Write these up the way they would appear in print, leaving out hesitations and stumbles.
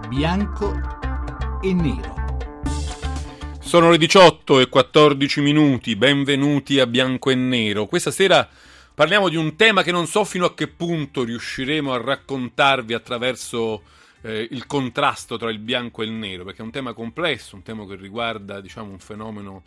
bianco e nero. Sono le 18:14, benvenuti a Bianco e Nero. Questa sera parliamo di un tema che non so fino a che punto riusciremo a raccontarvi attraverso il contrasto tra il bianco e il nero, perché è un tema complesso, un tema che riguarda, diciamo, un fenomeno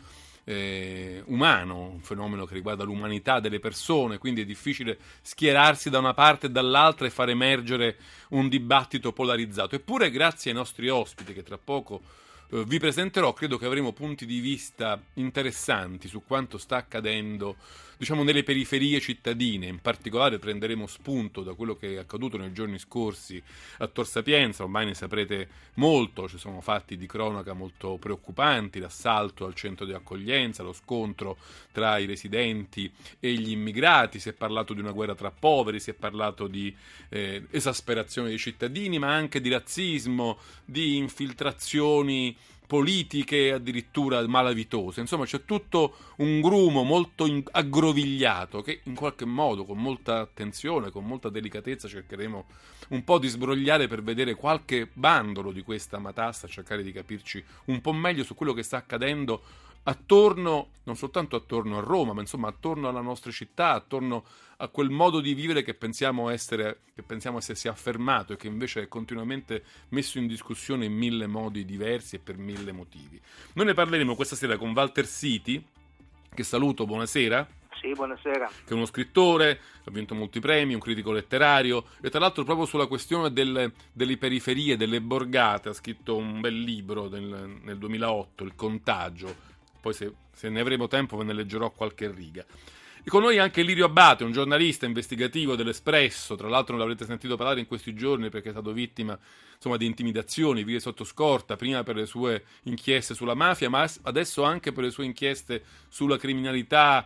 umano, un fenomeno che riguarda l'umanità delle persone, quindi è difficile schierarsi da una parte e dall'altra e far emergere un dibattito polarizzato. Eppure, grazie ai nostri ospiti, che tra poco vi presenterò, credo che avremo punti di vista interessanti su quanto sta accadendo, diciamo, nelle periferie cittadine. In particolare prenderemo spunto da quello che è accaduto nei giorni scorsi a Tor Sapienza. Ormai ne saprete molto, ci sono fatti di cronaca molto preoccupanti, l'assalto al centro di accoglienza, lo scontro tra i residenti e gli immigrati, si è parlato di una guerra tra poveri, si è parlato di esasperazione dei cittadini, ma anche di razzismo, di infiltrazioni politiche, addirittura malavitose. Insomma, c'è tutto un grumo molto aggrovigliato che in qualche modo, con molta attenzione, con molta delicatezza, cercheremo un po' di sbrogliare per vedere qualche bandolo di questa matassa, cercare di capirci un po' meglio su quello che sta accadendo attorno, non soltanto attorno a Roma, ma insomma attorno alla nostra città, attorno a quel modo di vivere che pensiamo essersi affermato e che invece è continuamente messo in discussione in mille modi diversi e per mille motivi. Noi ne parleremo questa sera con Walter Siti, che saluto, buonasera. Sì, buonasera. Che è uno scrittore, ha vinto molti premi, un critico letterario e tra l'altro proprio sulla questione delle periferie, delle borgate, ha scritto un bel libro nel 2008, Il Contagio. Poi se ne avremo tempo ve ne leggerò qualche riga. E con noi anche Lirio Abbate, un giornalista investigativo dell'Espresso, tra l'altro non l'avrete sentito parlare in questi giorni perché è stato vittima, insomma, di intimidazioni, vie sotto scorta, prima per le sue inchieste sulla mafia, ma adesso anche per le sue inchieste sulla criminalità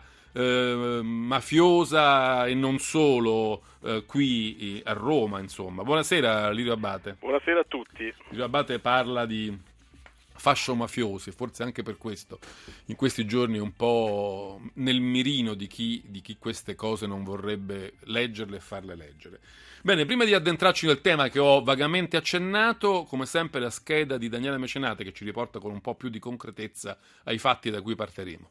mafiosa e non solo qui a Roma, insomma. Buonasera Lirio Abbate. Buonasera a tutti. Lirio Abbate parla di fascio mafiosi, forse anche per questo in questi giorni un po' nel mirino di chi queste cose non vorrebbe leggerle e farle leggere. Bene, prima di addentrarci nel tema che ho vagamente accennato, come sempre la scheda di Daniele Mecenate che ci riporta con un po' più di concretezza ai fatti da cui partiremo.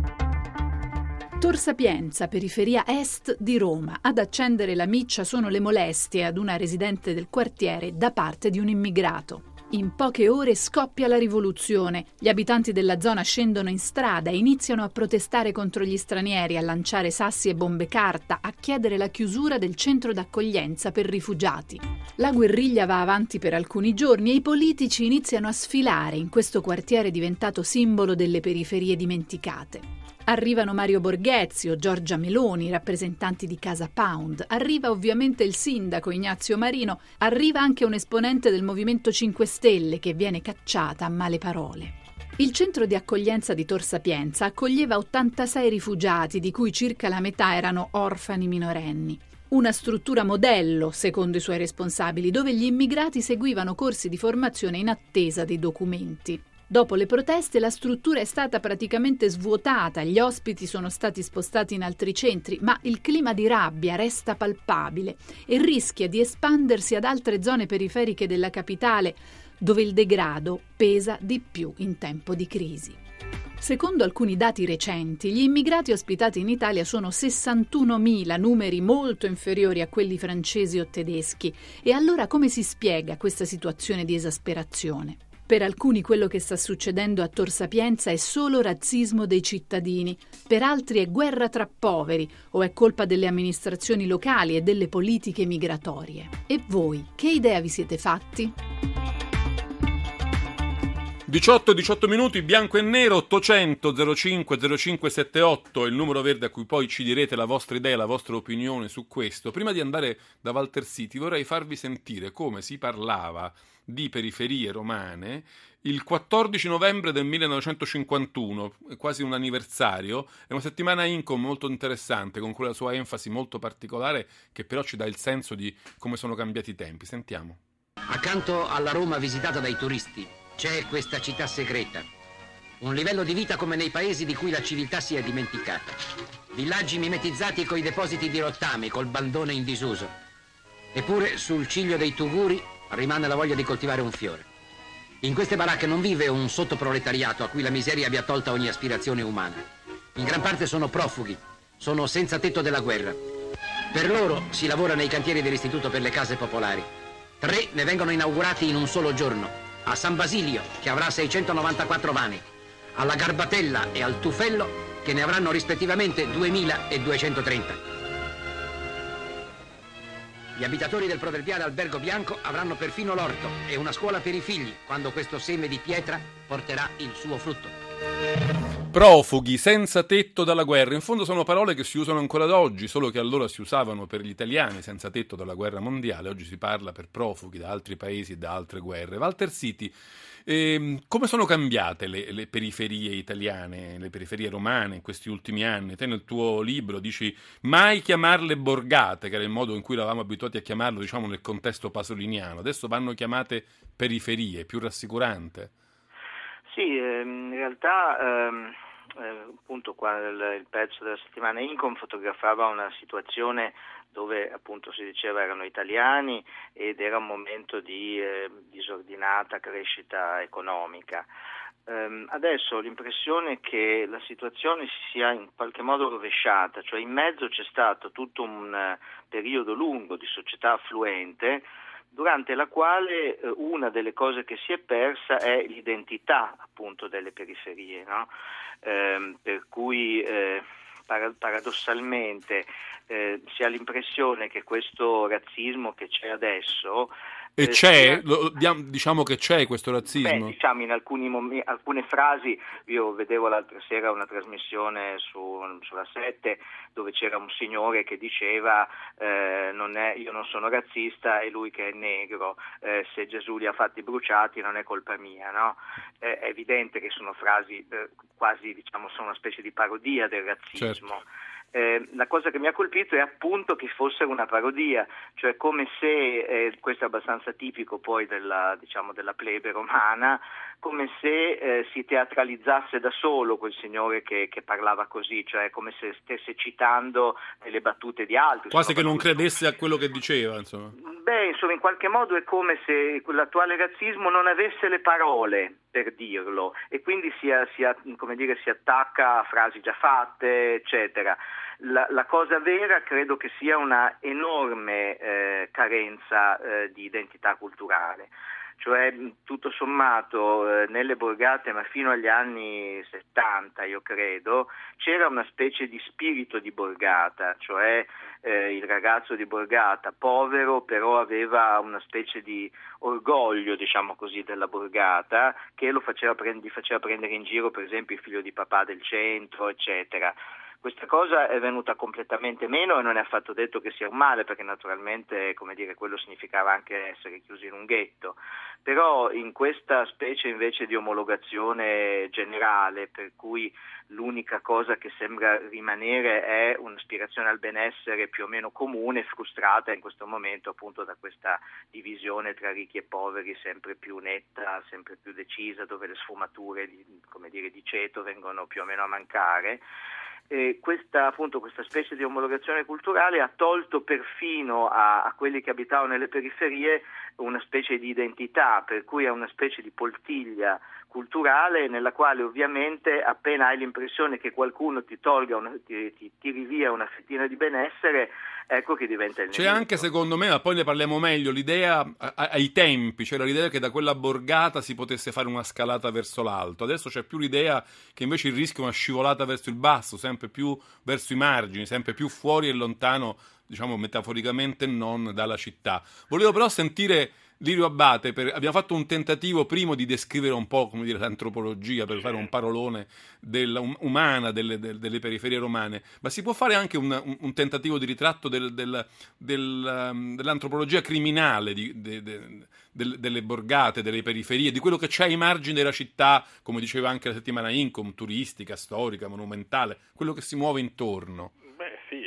Tor Sapienza, periferia est di Roma. Ad accendere la miccia sono le molestie ad una residente del quartiere da parte di un immigrato. In poche ore scoppia la rivoluzione. Gli abitanti della zona scendono in strada e iniziano a protestare contro gli stranieri, a lanciare sassi e bombe carta, a chiedere la chiusura del centro d'accoglienza per rifugiati. La guerriglia va avanti per alcuni giorni e i politici iniziano a sfilare in questo quartiere diventato simbolo delle periferie dimenticate. Arrivano Mario Borghezio, Giorgia Meloni, rappresentanti di Casa Pound, arriva ovviamente il sindaco Ignazio Marino, arriva anche un esponente del Movimento 5 Stelle che viene cacciata a male parole. Il centro di accoglienza di Tor Sapienza accoglieva 86 rifugiati, di cui circa la metà erano orfani minorenni. Una struttura modello, secondo i suoi responsabili, dove gli immigrati seguivano corsi di formazione in attesa dei documenti. Dopo le proteste la struttura è stata praticamente svuotata, gli ospiti sono stati spostati in altri centri, ma il clima di rabbia resta palpabile e rischia di espandersi ad altre zone periferiche della capitale, dove il degrado pesa di più in tempo di crisi. Secondo alcuni dati recenti, gli immigrati ospitati in Italia sono 61.000, numeri molto inferiori a quelli francesi o tedeschi. E allora come si spiega questa situazione di esasperazione? Per alcuni quello che sta succedendo a Tor Sapienza è solo razzismo dei cittadini, per altri è guerra tra poveri o è colpa delle amministrazioni locali e delle politiche migratorie. E voi, che idea vi siete fatti? 18 minuti, bianco e nero, 800 05 0578, il numero verde a cui poi ci direte la vostra idea, la vostra opinione su questo. Prima di andare da Walter Siti vorrei farvi sentire come si parlava di periferie romane il 14 novembre del 1951, è quasi un anniversario, è una settimana Incom molto interessante, con quella sua enfasi molto particolare che però ci dà il senso di come sono cambiati i tempi. Sentiamo. Accanto alla Roma visitata dai turisti c'è questa città segreta, un livello di vita come nei paesi di cui la civiltà si è dimenticata, villaggi mimetizzati coi depositi di rottami, col bandone in disuso. Eppure sul ciglio dei tuguri rimane la voglia di coltivare un fiore. In queste baracche non vive un sottoproletariato a cui la miseria abbia tolta ogni aspirazione umana. In gran parte sono profughi, sono senza tetto della guerra. Per loro si lavora nei cantieri dell'Istituto per le Case Popolari. 3 ne vengono inaugurati in un solo giorno. A San Basilio, che avrà 694 vani, alla Garbatella e al Tufello, che ne avranno rispettivamente 2230. Gli abitatori del proverbiale Albergo Bianco avranno perfino l'orto e una scuola per i figli, quando questo seme di pietra porterà il suo frutto. Profughi, senza tetto dalla guerra, in fondo sono parole che si usano ancora ad oggi, solo che allora si usavano per gli italiani senza tetto dalla guerra mondiale, oggi si parla per profughi da altri paesi e da altre guerre. Walter Siti, come sono cambiate le periferie italiane, le periferie romane in questi ultimi anni? Te nel tuo libro dici mai chiamarle borgate, che era il modo in cui eravamo abituati a chiamarlo, diciamo, nel contesto pasoliniano, adesso vanno chiamate periferie, più rassicurante? Sì, in realtà appunto qua il pezzo della settimana Incom fotografava una situazione dove appunto si diceva erano italiani ed era un momento di disordinata crescita economica. Adesso ho l'impressione che la situazione si sia in qualche modo rovesciata, cioè in mezzo c'è stato tutto un periodo lungo di società affluente, durante la quale una delle cose che si è persa è l'identità appunto delle periferie, no? Per cui paradossalmente si ha l'impressione che questo razzismo che c'è adesso e c'è, diciamo che c'è questo razzismo? Beh, diciamo in alcune frasi, io vedevo l'altra sera una trasmissione sulla 7 dove c'era un signore che diceva io non sono razzista e lui che è negro, se Gesù li ha fatti bruciati non è colpa mia, no? È evidente che sono frasi quasi, diciamo, sono una specie di parodia del razzismo. Certo. La cosa che mi ha colpito è appunto che fosse una parodia, cioè come se, questo è abbastanza tipico poi della plebe romana, come se si teatralizzasse da solo quel signore che parlava così, cioè come se stesse citando delle battute di altri. Quasi che non credesse a quello che diceva, insomma. Beh, insomma, in qualche modo è come se l'attuale razzismo non avesse le parole per dirlo e quindi si attacca a frasi già fatte, eccetera. La cosa vera credo che sia una enorme carenza di identità culturale. Cioè tutto sommato nelle borgate, ma fino agli anni 70 io credo, c'era una specie di spirito di borgata, cioè il ragazzo di borgata povero però aveva una specie di orgoglio, diciamo così, della borgata che gli faceva prendere in giro per esempio il figlio di papà del centro, eccetera. Questa cosa è venuta completamente meno e non è affatto detto che sia un male, perché naturalmente, come dire, quello significava anche essere chiusi in un ghetto. Però in questa specie invece di omologazione generale, per cui l'unica cosa che sembra rimanere è un'aspirazione al benessere più o meno comune, frustrata in questo momento appunto da questa divisione tra ricchi e poveri sempre più netta, sempre più decisa, dove le sfumature di ceto vengono più o meno a mancare. Questa specie di omologazione culturale ha tolto perfino a quelli che abitavano nelle periferie una specie di identità, per cui è una specie di poltiglia culturale nella quale ovviamente appena hai l'impressione che qualcuno ti tiri via una fettina di benessere, ecco che diventa il nemico. C'è anche, secondo me, ma poi ne parliamo meglio, l'idea ai tempi, c'era l'idea che da quella borgata si potesse fare una scalata verso l'alto. Adesso c'è più l'idea che invece il rischio è una scivolata verso il basso, sempre più verso i margini, sempre più fuori e lontano, diciamo metaforicamente non dalla città. Volevo però sentire Lirio Abbate, abbiamo fatto un tentativo primo di descrivere un po', come dire, l'antropologia, per fare un parolone umana delle periferie romane, ma si può fare anche un tentativo di ritratto dell'antropologia criminale delle borgate, delle periferie, di quello che c'è ai margini della città, come diceva anche la settimana Incom, turistica, storica, monumentale, quello che si muove intorno. Beh sì,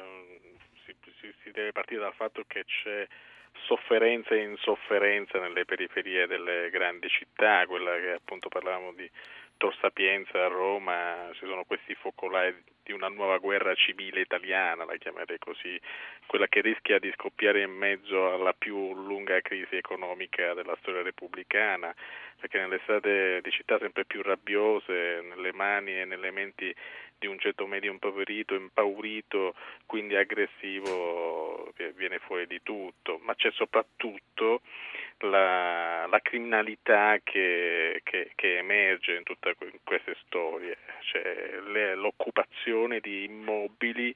si deve partire dal fatto che c'è sofferenza e insofferenza nelle periferie delle grandi città, quella che appunto parlavamo di Tor Sapienza a Roma ci sono questi focolai di una nuova guerra civile italiana, la chiamerei così, quella che rischia di scoppiare in mezzo alla più lunga crisi economica della storia repubblicana, perché nelle strade di città sempre più rabbiose, nelle mani e nelle menti di un ceto medio impoverito, impaurito, quindi aggressivo, viene fuori di tutto, ma c'è soprattutto la criminalità che emerge in tutte queste storie, cioè l'occupazione di immobili,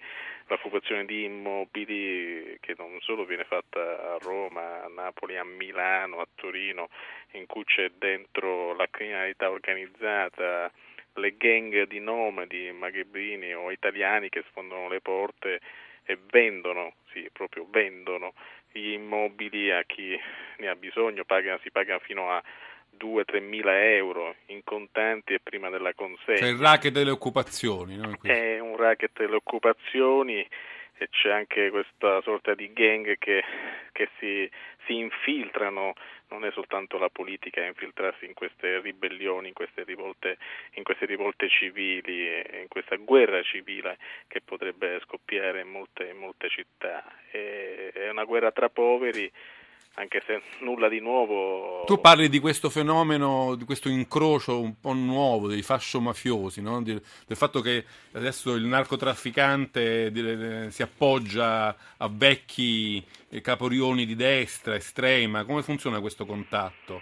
che non solo viene fatta a Roma, a Napoli, a Milano, a Torino, in cui c'è dentro la criminalità organizzata, le gang di nomadi, maghrebini o italiani che sfondano le porte e vendono gli immobili a chi ne ha bisogno, si paga fino a 2-3 mila euro in contanti e prima della consegna. C'è il racket delle occupazioni, no? È un racket delle occupazioni e c'è anche questa sorta di gang che si infiltrano, non è soltanto la politica a infiltrarsi in queste ribellioni, in queste rivolte civili, in questa guerra civile che potrebbe scoppiare in molte città. È una guerra tra poveri, anche se nulla di nuovo. Tu parli di questo fenomeno, di questo incrocio un po' nuovo dei fascio-mafiosi, no? Del fatto che adesso il narcotrafficante si appoggia a vecchi caporioni di destra estrema. Come funziona questo contatto?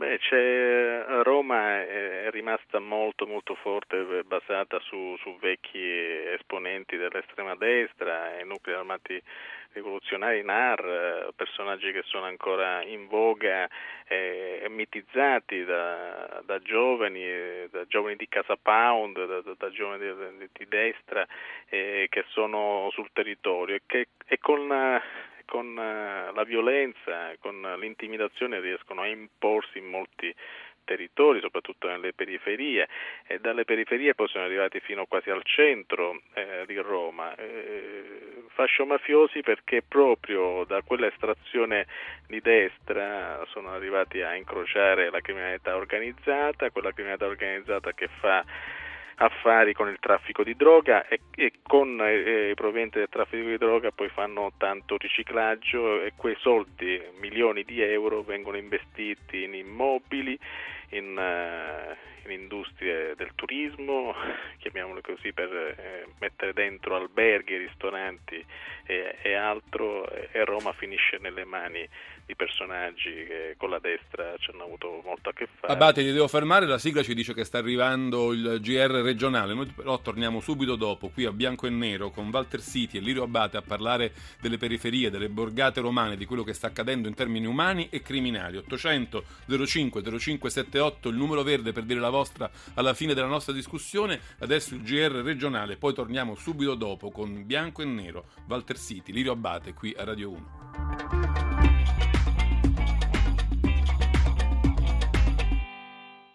Roma è rimasta molto molto forte, basata su vecchi esponenti dell'estrema destra, i nuclei armati rivoluzionari NAR, personaggi che sono ancora in voga, mitizzati da giovani di Casa Pound, da giovani di destra, che sono sul territorio e che con la violenza, con l'intimidazione riescono a imporsi in molti territori, soprattutto nelle periferie, e dalle periferie poi sono arrivati fino quasi al centro di Roma, fascio mafiosi, perché proprio da quella estrazione di destra sono arrivati a incrociare la criminalità organizzata, quella criminalità organizzata che fa affari con il traffico di droga e con i proventi del traffico di droga poi fanno tanto riciclaggio e quei soldi, milioni di euro, vengono investiti in immobili, in industrie del turismo, chiamiamole così, per mettere dentro alberghi, ristoranti e altro, e Roma finisce nelle mani di personaggi che con la destra ci hanno avuto molto a che fare. Abate, ti devo fermare, la sigla ci dice che sta arrivando il GR regionale, noi però torniamo subito dopo qui a Bianco e Nero con Walter Siti e Lirio Abate a parlare delle periferie, delle borgate romane, di quello che sta accadendo in termini umani e criminali. 800 05 0578 il numero verde per dire la vostra alla fine della nostra discussione. Adesso il GR regionale, poi torniamo subito dopo con Bianco e Nero, Walter Siti, Lirio Abate qui a Radio 1.